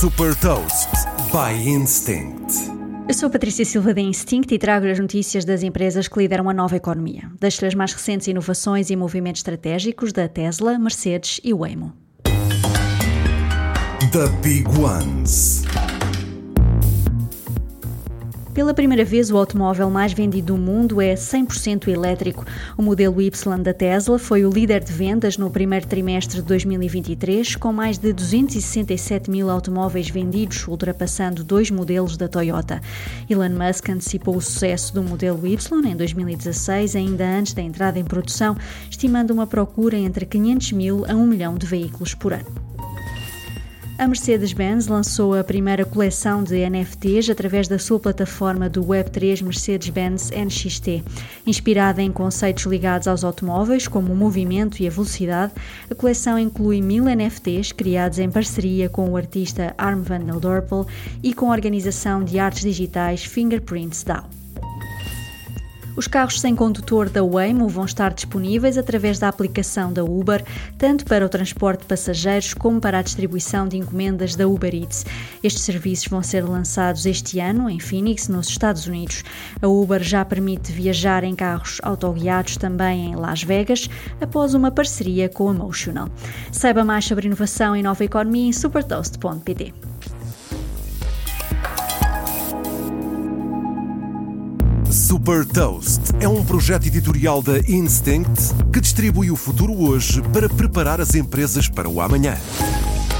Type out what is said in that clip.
Super Toast by Instinct. Eu sou a Patrícia Silva da Instinct e trago-lhe as notícias das empresas que lideram a nova economia. Deixo-lhe as mais recentes inovações e movimentos estratégicos da Tesla, Mercedes e Waymo. The Big Ones. Pela primeira vez, o automóvel mais vendido do mundo é 100% elétrico. O modelo Y da Tesla foi o líder de vendas no primeiro trimestre de 2023, com mais de 267 mil automóveis vendidos, ultrapassando 2 modelos da Toyota. Elon Musk antecipou o sucesso do modelo Y em 2016, ainda antes da entrada em produção, estimando uma procura entre 500 mil a 1 milhão de veículos por ano. A Mercedes-Benz lançou a primeira coleção de NFTs através da sua plataforma do Web3 Mercedes-Benz NXT. Inspirada em conceitos ligados aos automóveis, como o movimento e a velocidade, a coleção inclui 1000 NFTs criados em parceria com o artista Harm van der Dorpel e com a organização de artes digitais Fingerprints DAO. Os carros sem condutor da Waymo vão estar disponíveis através da aplicação da Uber, tanto para o transporte de passageiros como para a distribuição de encomendas da Uber Eats. Estes serviços vão ser lançados este ano em Phoenix, nos Estados Unidos. A Uber já permite viajar em carros autoguiados também em Las Vegas, após uma parceria com a Motional. Saiba mais sobre inovação e nova economia em supertoast.pt. Super Toast é um projeto editorial da Instinct que distribui o futuro hoje para preparar as empresas para o amanhã.